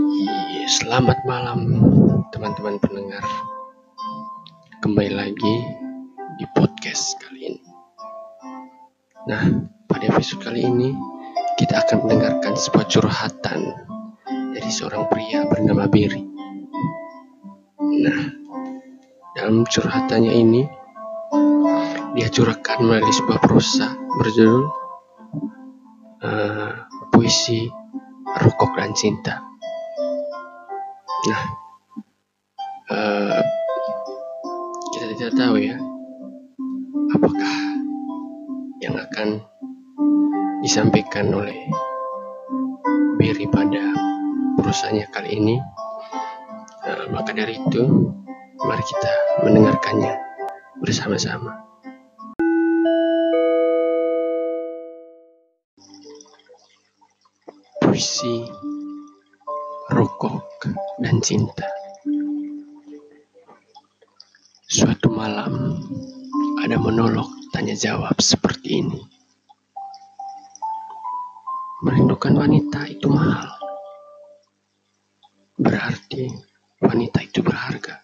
Selamat malam teman-teman pendengar. Kembali lagi di podcast kali ini. Nah, pada episode kali ini kita akan mendengarkan sebuah curhatan dari seorang pria bernama Berry. Nah, dalam curhatannya ini dia curahkan melalui sebuah prosa berjudul Puisi Rokok dan Cinta. Nah, kita tidak tahu ya, apakah yang akan disampaikan oleh Berry pada prosanya kali ini. Maka dari itu, mari kita mendengarkannya bersama-sama. Puisi Rokok dan Cinta. Suatu malam ada monolog tanya jawab seperti ini. Merindukan wanita itu mahal. Berarti wanita itu berharga.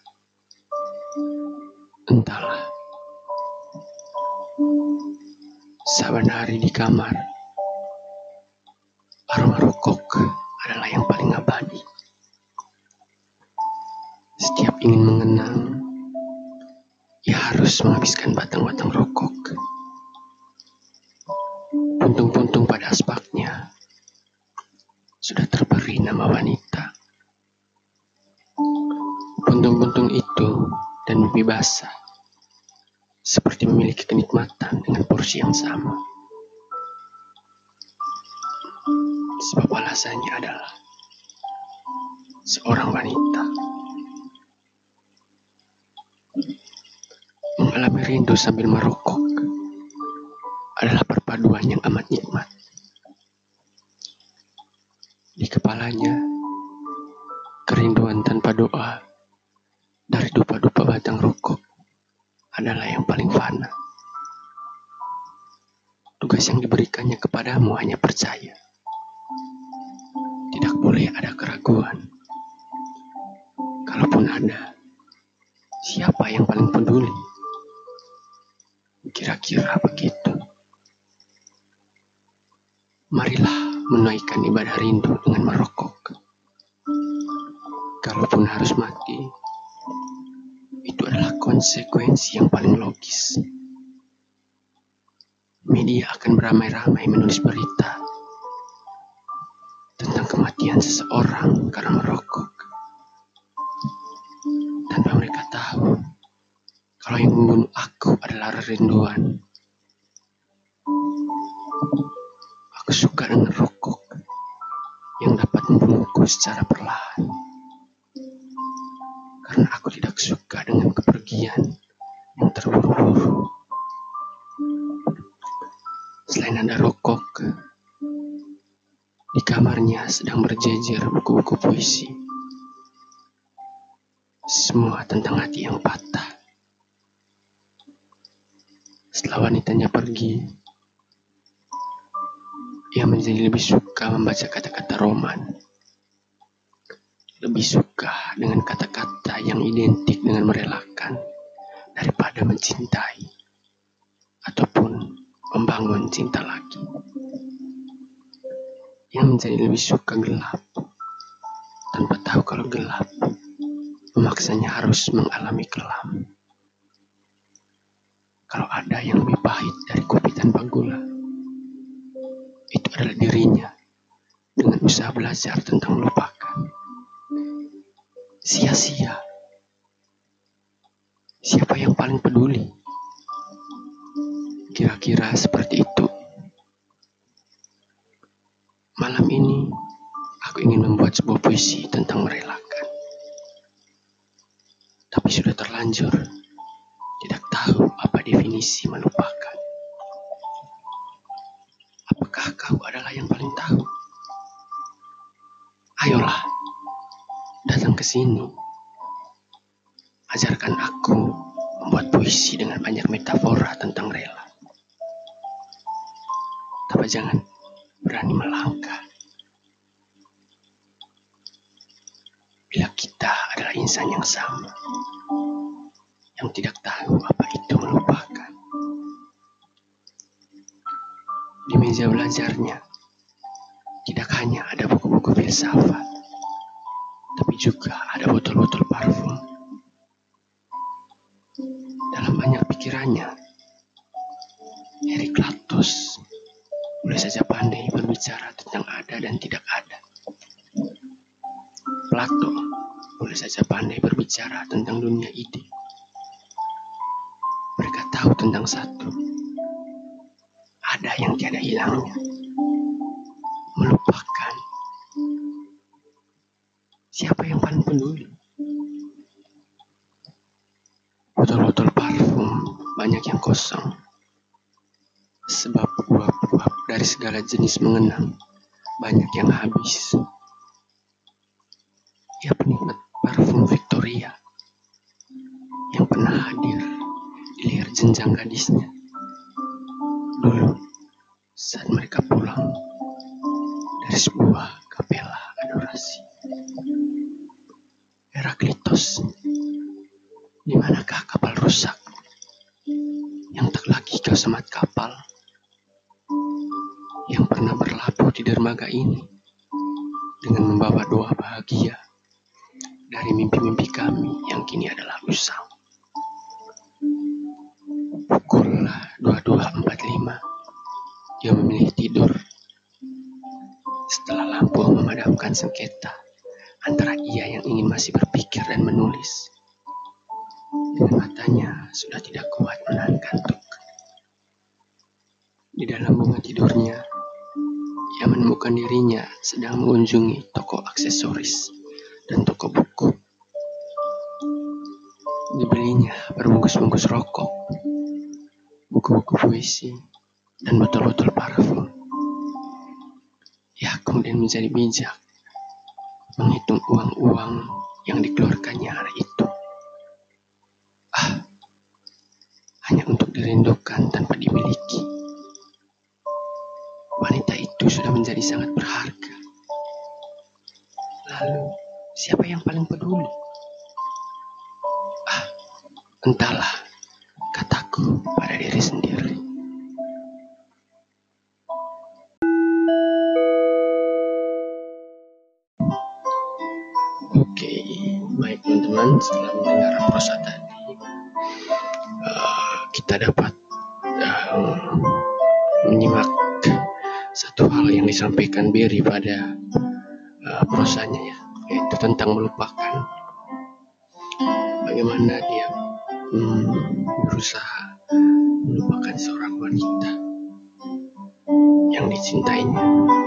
Entahlah. Saban hari di kamar, aroma rokok adalah yang paling abadi. Setiap ingin mengenang, ia harus menghabiskan batang-batang rokok. Puntung-puntung pada aspaknya sudah terberi nama wanita. Puntung-puntung itu dan mimpi basah seperti memiliki kenikmatan dengan porsi yang sama. Sebab alasannya adalah seorang wanita mengalami rindu sambil merokok adalah perpaduan yang amat nikmat. Di kepalanya, kerinduan tanpa doa dari dupa-dupa batang rokok adalah yang paling fana. Tugas yang diberikannya kepadamu hanya percaya. Tidak boleh ada keraguan. Kalaupun ada, siapa yang paling peduli? Kira-kira begitu. Marilah menunaikan ibadah rindu dengan merokok. Kalaupun harus mati, itu adalah konsekuensi yang paling logis. Media akan beramai-ramai menulis berita tentang kematian seseorang karena merokok, tanpa mereka tahu kalau yang membunuh aku adalah rinduan. Aku suka dengan rokok yang dapat membunuhku secara perlahan, karena aku tidak suka dengan kepergian yang terburu-buru. Selain ada rokok, di kamarnya sedang berjejer buku-buku puisi. Semua tentang hati yang patah. Setelah wanitanya pergi, ia menjadi lebih suka membaca kata-kata roman. Lebih suka dengan kata-kata yang identik dengan merelakan daripada mencintai ataupun membangun cinta lagi. Ia menjadi lebih suka gelap tanpa tahu kalau gelap memaksanya harus mengalami kelam. Kalau ada yang lebih pahit dari kopi tanpa gula, itu adalah dirinya dengan usaha belajar tentang melupakan. Sia-sia. Siapa yang paling peduli? Kira-kira seperti itu. Malam ini, aku ingin membuat sebuah puisi tentang merelakan. Tapi sudah terlanjur, tidak tahu apa definisi melupakan. Apakah kau adalah yang paling tahu? Ayolah, datang ke sini. Ajarkan aku membuat puisi dengan banyak metafora tentang rela. Tapi jangan berani melangkah. bila kita adalah insan yang sama, yang tidak tahu apa itu melupakan. Di meja belajarnya, tidak hanya ada buku-buku filsafat, tapi juga ada botol-botol parfum. Dalam banyak pikirannya, Herakleitos boleh saja pandai berbicara tentang ada dan tidak ada. Plato boleh saja pandai berbicara tentang dunia ide. Mereka tahu tentang satu, ada yang tiada hilangnya, melupakan. Siapa yang paling peduli? Botol-botol parfum banyak yang kosong, sebab uap-uap dari segala jenis mengenang banyak yang habis. Ia penikmat parfum Victoria yang pernah hadir di leher jenjang gadisnya dulu saat mereka pulang dari sebuah kapela adorasi. Herakleitos, di manakah kapal rusak yang tak lagi kau semat kapal yang pernah berlabuh di dermaga ini dengan membawa doa bahagia dari mimpi-mimpi kami yang kini adalah usang. Pukul 22.45, dia memilih tidur setelah lampu memadamkan sengketa antara ia yang ingin masih berpikir dan menulis dengan matanya sudah tidak kuat menahan kantuk. Di dalam bunga tidurnya, ia menemukan dirinya sedang mengunjungi toko aksesoris dan toko buku. Dibelinya berbungkus-bungkus rokok, buku-buku puisi, dan botol-botol parfum. Ia kemudian menjadi bijak, menghitung uang-uang yang dikeluarkannya hari itu. Hanya untuk dirindukan tanpa dimiliki. Wanita itu sudah menjadi sangat berharga. Lalu, siapa yang paling peduli? Entahlah, kataku pada diri sendiri. Oke, baik teman-teman, setelah mendengar prosa tadi, kita dapat menyimak satu hal yang disampaikan Berry pada prosanya ya, yaitu tentang melupakan. Bagaimana dia berusaha melupakan seorang wanita yang dicintainya.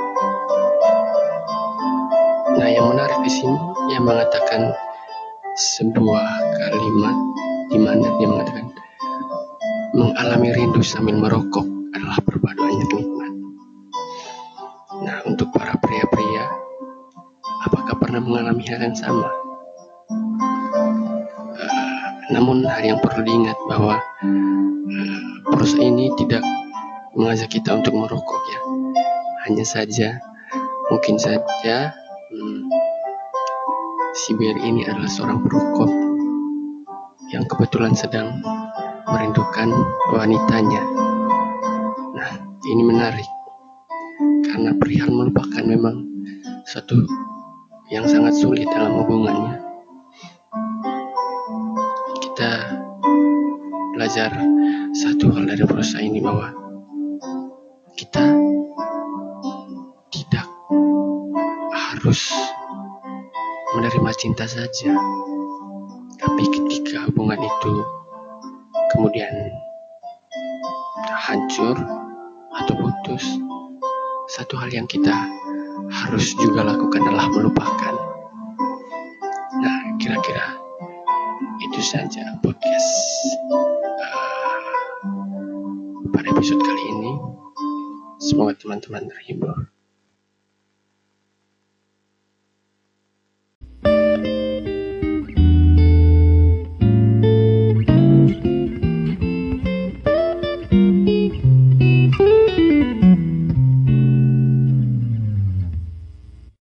Nah, yang menarik di sini dia mengatakan sebuah kalimat di mana dia mengatakan mengalami rindu sambil merokok adalah perpaduan yang nikmat. Nah, untuk para pria-pria, apakah pernah mengalami hal yang sama? Namun hal yang perlu diingat bahwa prosa ini tidak mengajak kita untuk merokok ya. Hanya saja, mungkin saja si Berry ini adalah seorang perokok yang kebetulan sedang merindukan wanitanya. Nah, ini menarik karena perihal melupakan memang suatu yang sangat sulit dalam hubungannya. Kita belajar satu hal dari prosa ini bahwa kita tidak harus menerima cinta saja, tapi ketika hubungan itu kemudian hancur atau putus, satu hal yang kita harus juga lakukan adalah melupakan. Nah, kira-kira itu saja podcast pada episode kali ini. Semoga teman-teman terhibur.